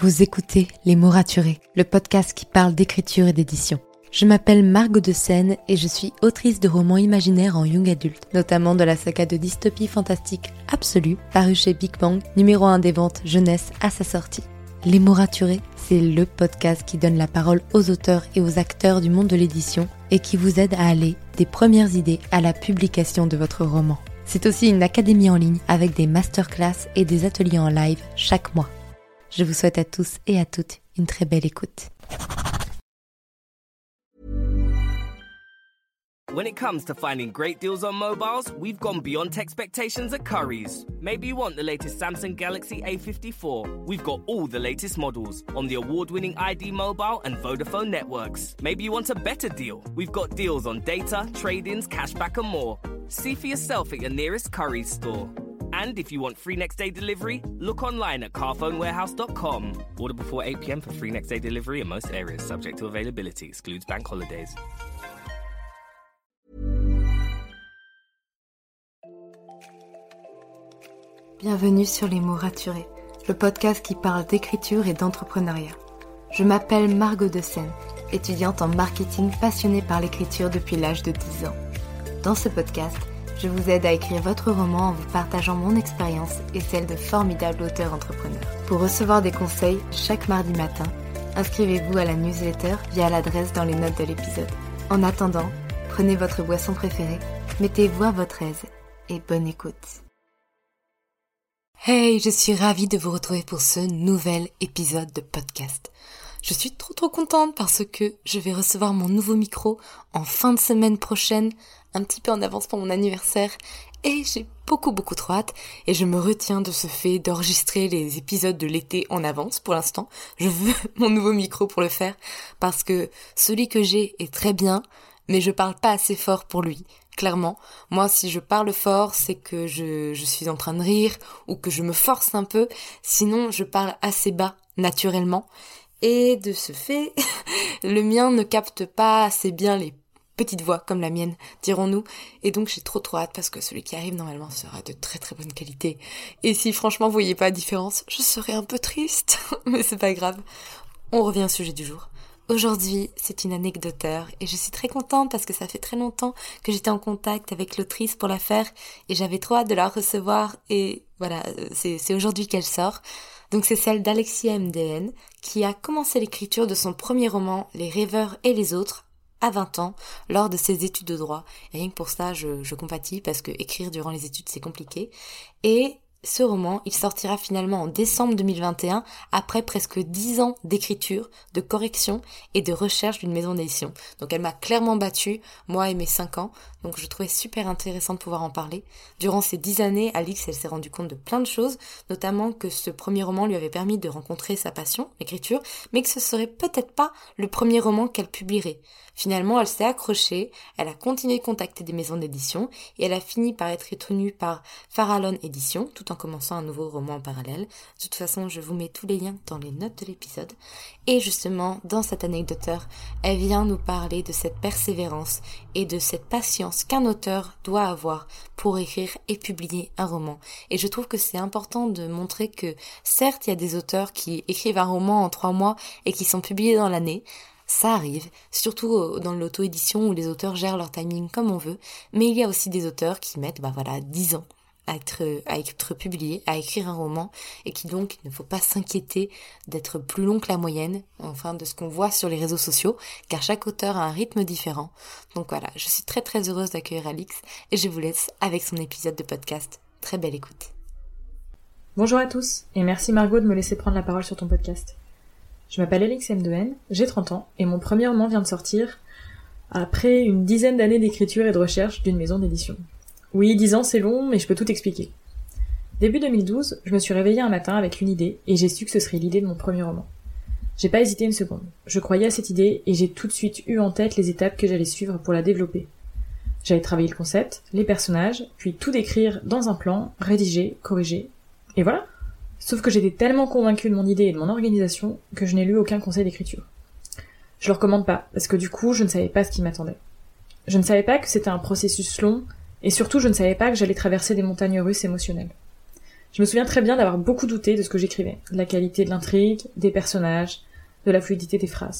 Vous écoutez Les Mots Raturés, le podcast qui parle d'écriture et d'édition. Je m'appelle Margot de Seine et je suis autrice de romans imaginaires en young adulte, notamment de la saga de dystopie fantastique Absolue, parue chez Big Bang, numéro 1 des ventes jeunesse à sa sortie. Les Mots Raturés, c'est le podcast qui donne la parole aux auteurs et aux acteurs du monde de l'édition et qui vous aide à aller des premières idées à la publication de votre roman. C'est aussi une académie en ligne avec des masterclass et des ateliers en live chaque mois. Je vous souhaite à tous et à toutes une très belle écoute. When it comes to finding great deals on mobiles, we've gone beyond expectations at Currys. Maybe you want the latest Samsung Galaxy A54. We've got all the latest models on the award-winning ID Mobile and Vodafone networks. Maybe you want a better deal. We've got deals on data, trade-ins, cashback and more. See for yourself at your nearest Currys store. And if you want free next day delivery, look online at carphonewarehouse.com. Order before 8 p.m. for free next day delivery in most areas, subject to availability, excludes bank holidays. Bienvenue sur Les Mots Raturés, le podcast qui parle d'écriture et d'entrepreneuriat. Je m'appelle Margot de Seine, étudiante en marketing passionnée par l'écriture depuis l'âge de 10 ans. Dans ce podcast, je vous aide à écrire votre roman en vous partageant mon expérience et celle de formidables auteurs entrepreneurs. Pour recevoir des conseils chaque mardi matin, inscrivez-vous à la newsletter via l'adresse dans les notes de l'épisode. En attendant, prenez votre boisson préférée, mettez-vous à votre aise et bonne écoute. Hey, je suis ravie de vous retrouver pour ce nouvel épisode de podcast. Je suis trop contente parce que je vais recevoir mon nouveau micro en fin de semaine prochaine, un petit peu en avance pour mon anniversaire, et j'ai beaucoup trop hâte, et je me retiens de ce fait d'enregistrer les épisodes de l'été en avance pour l'instant. Je veux mon nouveau micro pour le faire, parce que celui que j'ai est très bien, mais je parle pas assez fort pour lui. Clairement, moi si je parle fort, c'est que je suis en train de rire ou que je me force un peu, sinon je parle assez bas, naturellement. Et de ce fait, le mien ne capte pas assez bien les petites voix comme la mienne, dirons-nous. Et donc j'ai trop hâte parce que celui qui arrive normalement sera de très bonne qualité. Et si franchement vous voyez pas la différence, je serais un peu triste, mais c'est pas grave. On revient au sujet du jour. Aujourd'hui, c'est une anecdoteur et je suis très contente parce que ça fait très longtemps que j'étais en contact avec l'autrice pour la faire et j'avais trop hâte de la recevoir et voilà, c'est aujourd'hui qu'elle sort. Donc c'est celle d'Alexia MDN qui a commencé l'écriture de son premier roman, Les Rêveurs et les autres, à 20 ans, lors de ses études de droit. Et rien que pour ça, je compatis parce que écrire durant les études c'est compliqué. Et ce roman, il sortira finalement en décembre 2021, après presque 10 ans d'écriture, de correction et de recherche d'une maison d'édition. Donc elle m'a clairement battue, moi et mes 5 ans, donc je trouvais super intéressant de pouvoir en parler. Durant ces 10 années, Alix, elle s'est rendue compte de plein de choses, notamment que ce premier roman lui avait permis de rencontrer sa passion, l'écriture, mais que ce serait peut-être pas le premier roman qu'elle publierait. Finalement, elle s'est accrochée, elle a continué de contacter des maisons d'édition et elle a fini par être retenue par Farallon Édition, tout en commençant un nouveau roman en parallèle. De toute façon, je vous mets tous les liens dans les notes de l'épisode. Et justement, dans cette anecdoteur, elle vient nous parler de cette persévérance et de cette patience qu'un auteur doit avoir pour écrire et publier un roman. Et je trouve que c'est important de montrer que, certes, il y a des auteurs qui écrivent un roman en 3 mois et qui sont publiés dans l'année. Ça arrive, surtout dans l'auto-édition où les auteurs gèrent leur timing comme on veut, mais il y a aussi des auteurs qui mettent 10 ans à être publiés, à écrire un roman, et qui donc il ne faut pas s'inquiéter d'être plus long que la moyenne, enfin de ce qu'on voit sur les réseaux sociaux, car chaque auteur a un rythme différent. Donc voilà, je suis très heureuse d'accueillir Alix, et je vous laisse avec son épisode de podcast. Très belle écoute. Bonjour à tous, et merci Margot de me laisser prendre la parole sur ton podcast. Je m'appelle Alexia MDN, j'ai 30 ans, et mon premier roman vient de sortir après une dizaine d'années d'écriture et de recherche d'une maison d'édition. Oui, 10 ans c'est long, mais je peux tout expliquer. Début 2012, je me suis réveillée un matin avec une idée, et j'ai su que ce serait l'idée de mon premier roman. J'ai pas hésité une seconde. Je croyais à cette idée, et j'ai tout de suite eu en tête les étapes que j'allais suivre pour la développer. J'allais travailler le concept, les personnages, puis tout décrire dans un plan, rédiger, corriger, et voilà. Sauf que j'étais tellement convaincue de mon idée et de mon organisation que je n'ai lu aucun conseil d'écriture. Je le recommande pas, parce que du coup, je ne savais pas ce qui m'attendait. Je ne savais pas que c'était un processus long, et surtout, je ne savais pas que j'allais traverser des montagnes russes émotionnelles. Je me souviens très bien d'avoir beaucoup douté de ce que j'écrivais, de la qualité de l'intrigue, des personnages, de la fluidité des phrases.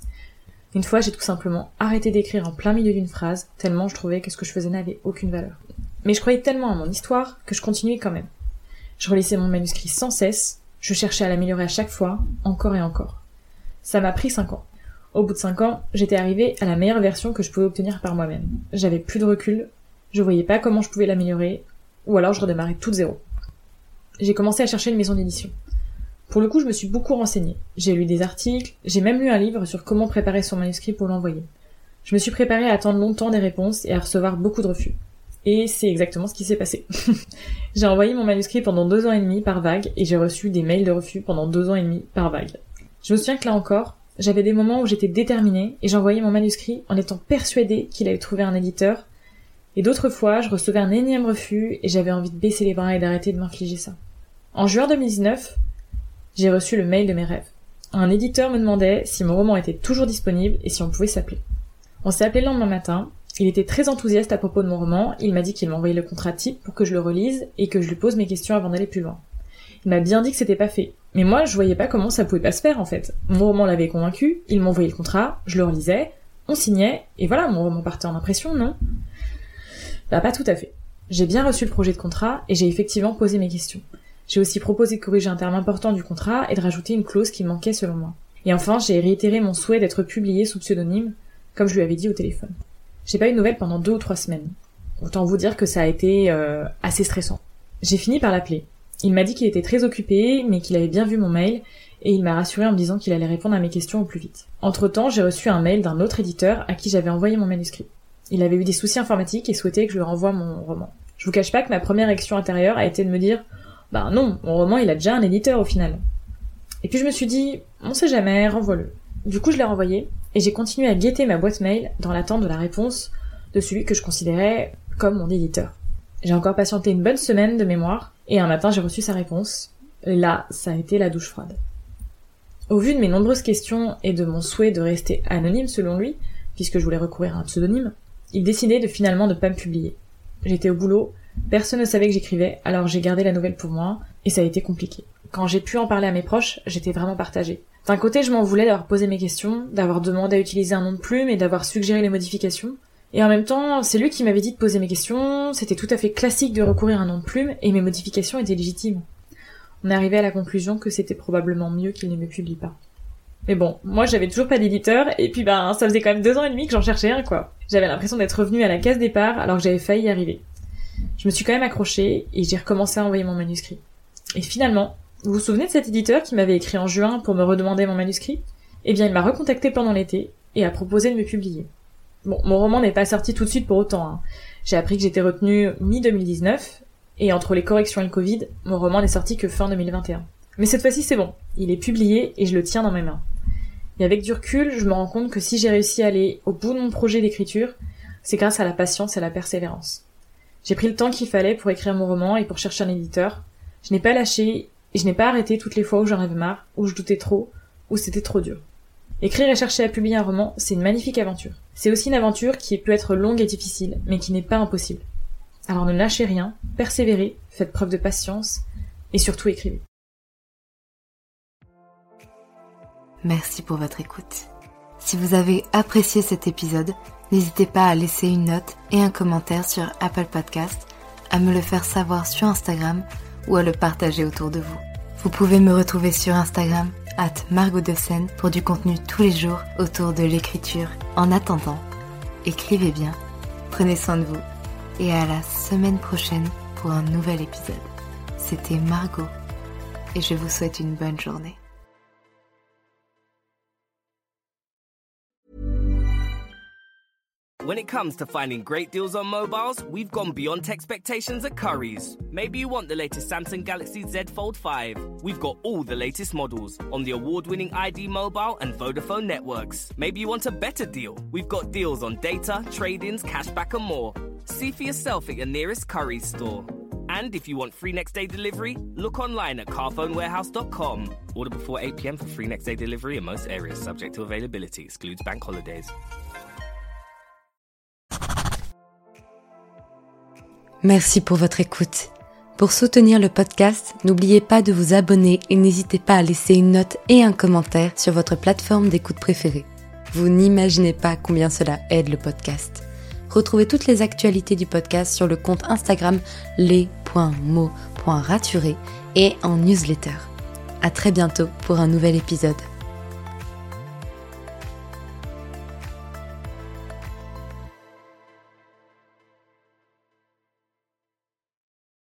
Une fois, j'ai tout simplement arrêté d'écrire en plein milieu d'une phrase, tellement je trouvais que ce que je faisais n'avait aucune valeur. Mais je croyais tellement à mon histoire que je continuais quand même. Je relisais mon manuscrit sans cesse, je cherchais à l'améliorer à chaque fois, encore et encore. Ça m'a pris 5 ans. Au bout de 5 ans, j'étais arrivée à la meilleure version que je pouvais obtenir par moi-même. J'avais plus de recul, je voyais pas comment je pouvais l'améliorer, ou alors je redémarrais tout de zéro. J'ai commencé à chercher une maison d'édition. Pour le coup, je me suis beaucoup renseignée. J'ai lu des articles, j'ai même lu un livre sur comment préparer son manuscrit pour l'envoyer. Je me suis préparée à attendre longtemps des réponses et à recevoir beaucoup de refus. Et c'est exactement ce qui s'est passé. J'ai envoyé mon manuscrit pendant 2 ans et demi par vague et j'ai reçu des mails de refus pendant 2 ans et demi par vague. Je me souviens que là encore, j'avais des moments où j'étais déterminée et j'envoyais mon manuscrit en étant persuadée qu'il allait trouver un éditeur. Et d'autres fois, je recevais un énième refus et j'avais envie de baisser les bras et d'arrêter de m'infliger ça. En juin 2019, j'ai reçu le mail de mes rêves. Un éditeur me demandait si mon roman était toujours disponible et si on pouvait s'appeler. On s'est appelé le lendemain matin, il était très enthousiaste à propos de mon roman, il m'a dit qu'il m'envoyait le contrat type pour que je le relise et que je lui pose mes questions avant d'aller plus loin. Il m'a bien dit que c'était pas fait, mais moi je voyais pas comment ça pouvait pas se faire en fait. Mon roman l'avait convaincu, il m'envoyait le contrat, je le relisais, on signait, et voilà, mon roman partait en impression, non ? Bah pas tout à fait. J'ai bien reçu le projet de contrat et j'ai effectivement posé mes questions. J'ai aussi proposé de corriger un terme important du contrat et de rajouter une clause qui manquait selon moi. Et enfin, j'ai réitéré mon souhait d'être publié sous pseudonyme, comme je lui avais dit au téléphone. J'ai pas eu de nouvelles pendant 2 ou 3 semaines. Autant vous dire que ça a été assez stressant. J'ai fini par l'appeler. Il m'a dit qu'il était très occupé, mais qu'il avait bien vu mon mail, et il m'a rassuré en me disant qu'il allait répondre à mes questions au plus vite. Entre-temps, j'ai reçu un mail d'un autre éditeur à qui j'avais envoyé mon manuscrit. Il avait eu des soucis informatiques et souhaitait que je lui renvoie mon roman. Je vous cache pas que ma première réaction intérieure a été de me dire « Bah non, mon roman il a déjà un éditeur au final ». Et puis je me suis dit « On sait jamais, renvoie-le ». Du coup je l'ai renvoyé, et j'ai continué à guetter ma boîte mail dans l'attente de la réponse de celui que je considérais comme mon éditeur. J'ai encore patienté une bonne semaine de mémoire, et un matin j'ai reçu sa réponse. Et là, ça a été la douche froide. Au vu de mes nombreuses questions et de mon souhait de rester anonyme selon lui, puisque je voulais recourir à un pseudonyme, il décidait de finalement ne pas me publier. J'étais au boulot, personne ne savait que j'écrivais, alors j'ai gardé la nouvelle pour moi, et ça a été compliqué. Quand j'ai pu en parler à mes proches, j'étais vraiment partagée. D'un côté, je m'en voulais d'avoir posé mes questions, d'avoir demandé à utiliser un nom de plume et d'avoir suggéré les modifications. Et en même temps, c'est lui qui m'avait dit de poser mes questions, c'était tout à fait classique de recourir à un nom de plume, et mes modifications étaient légitimes. On est arrivé à la conclusion que c'était probablement mieux qu'il ne me publie pas. Mais bon, moi j'avais toujours pas d'éditeur, et puis ça faisait quand même 2 ans et demi que j'en cherchais un, quoi. J'avais l'impression d'être revenue à la case départ, alors que j'avais failli y arriver. Je me suis quand même accrochée, et j'ai recommencé à envoyer mon manuscrit. Et finalement, vous vous souvenez de cet éditeur qui m'avait écrit en juin pour me redemander mon manuscrit ? Eh bien, il m'a recontacté pendant l'été, et a proposé de me publier. Bon, mon roman n'est pas sorti tout de suite pour autant, hein. J'ai appris que j'étais retenue mi-2019, et entre les corrections et le Covid, mon roman n'est sorti que fin 2021. Mais cette fois-ci, c'est bon. Il est publié, et je le tiens dans mes mains. Et avec du recul, je me rends compte que si j'ai réussi à aller au bout de mon projet d'écriture, c'est grâce à la patience et à la persévérance. J'ai pris le temps qu'il fallait pour écrire mon roman et pour chercher un éditeur. Je n'ai pas lâché, et je n'ai pas arrêté toutes les fois où j'en avais marre, où je doutais trop, où c'était trop dur. Écrire et chercher à publier un roman, c'est une magnifique aventure. C'est aussi une aventure qui peut être longue et difficile, mais qui n'est pas impossible. Alors ne lâchez rien, persévérez, faites preuve de patience, et surtout écrivez. Merci pour votre écoute. Si vous avez apprécié cet épisode, n'hésitez pas à laisser une note et un commentaire sur Apple Podcast, à me le faire savoir sur Instagram ou à le partager autour de vous. Vous pouvez me retrouver sur Instagram @margotdescènes pour du contenu tous les jours autour de l'écriture. En attendant, écrivez bien, prenez soin de vous et à la semaine prochaine pour un nouvel épisode. C'était Margot et je vous souhaite une bonne journée. When it comes to finding great deals on mobiles, we've gone beyond expectations at Currys. Maybe you want the latest Samsung Galaxy Z Fold 5. We've got all the latest models on the award-winning ID Mobile and Vodafone networks. Maybe you want a better deal. We've got deals on data, trade-ins, cashback and more. See for yourself at your nearest Currys store. And if you want free next day delivery, look online at carphonewarehouse.com. Order before 8 p.m. for free next day delivery in most areas, subject to availability, excludes bank holidays. Merci pour votre écoute. Pour soutenir le podcast, n'oubliez pas de vous abonner et n'hésitez pas à laisser une note et un commentaire sur votre plateforme d'écoute préférée. Vous n'imaginez pas combien cela aide le podcast. Retrouvez toutes les actualités du podcast sur le compte Instagram les.mots.raturés et en newsletter. À très bientôt pour un nouvel épisode.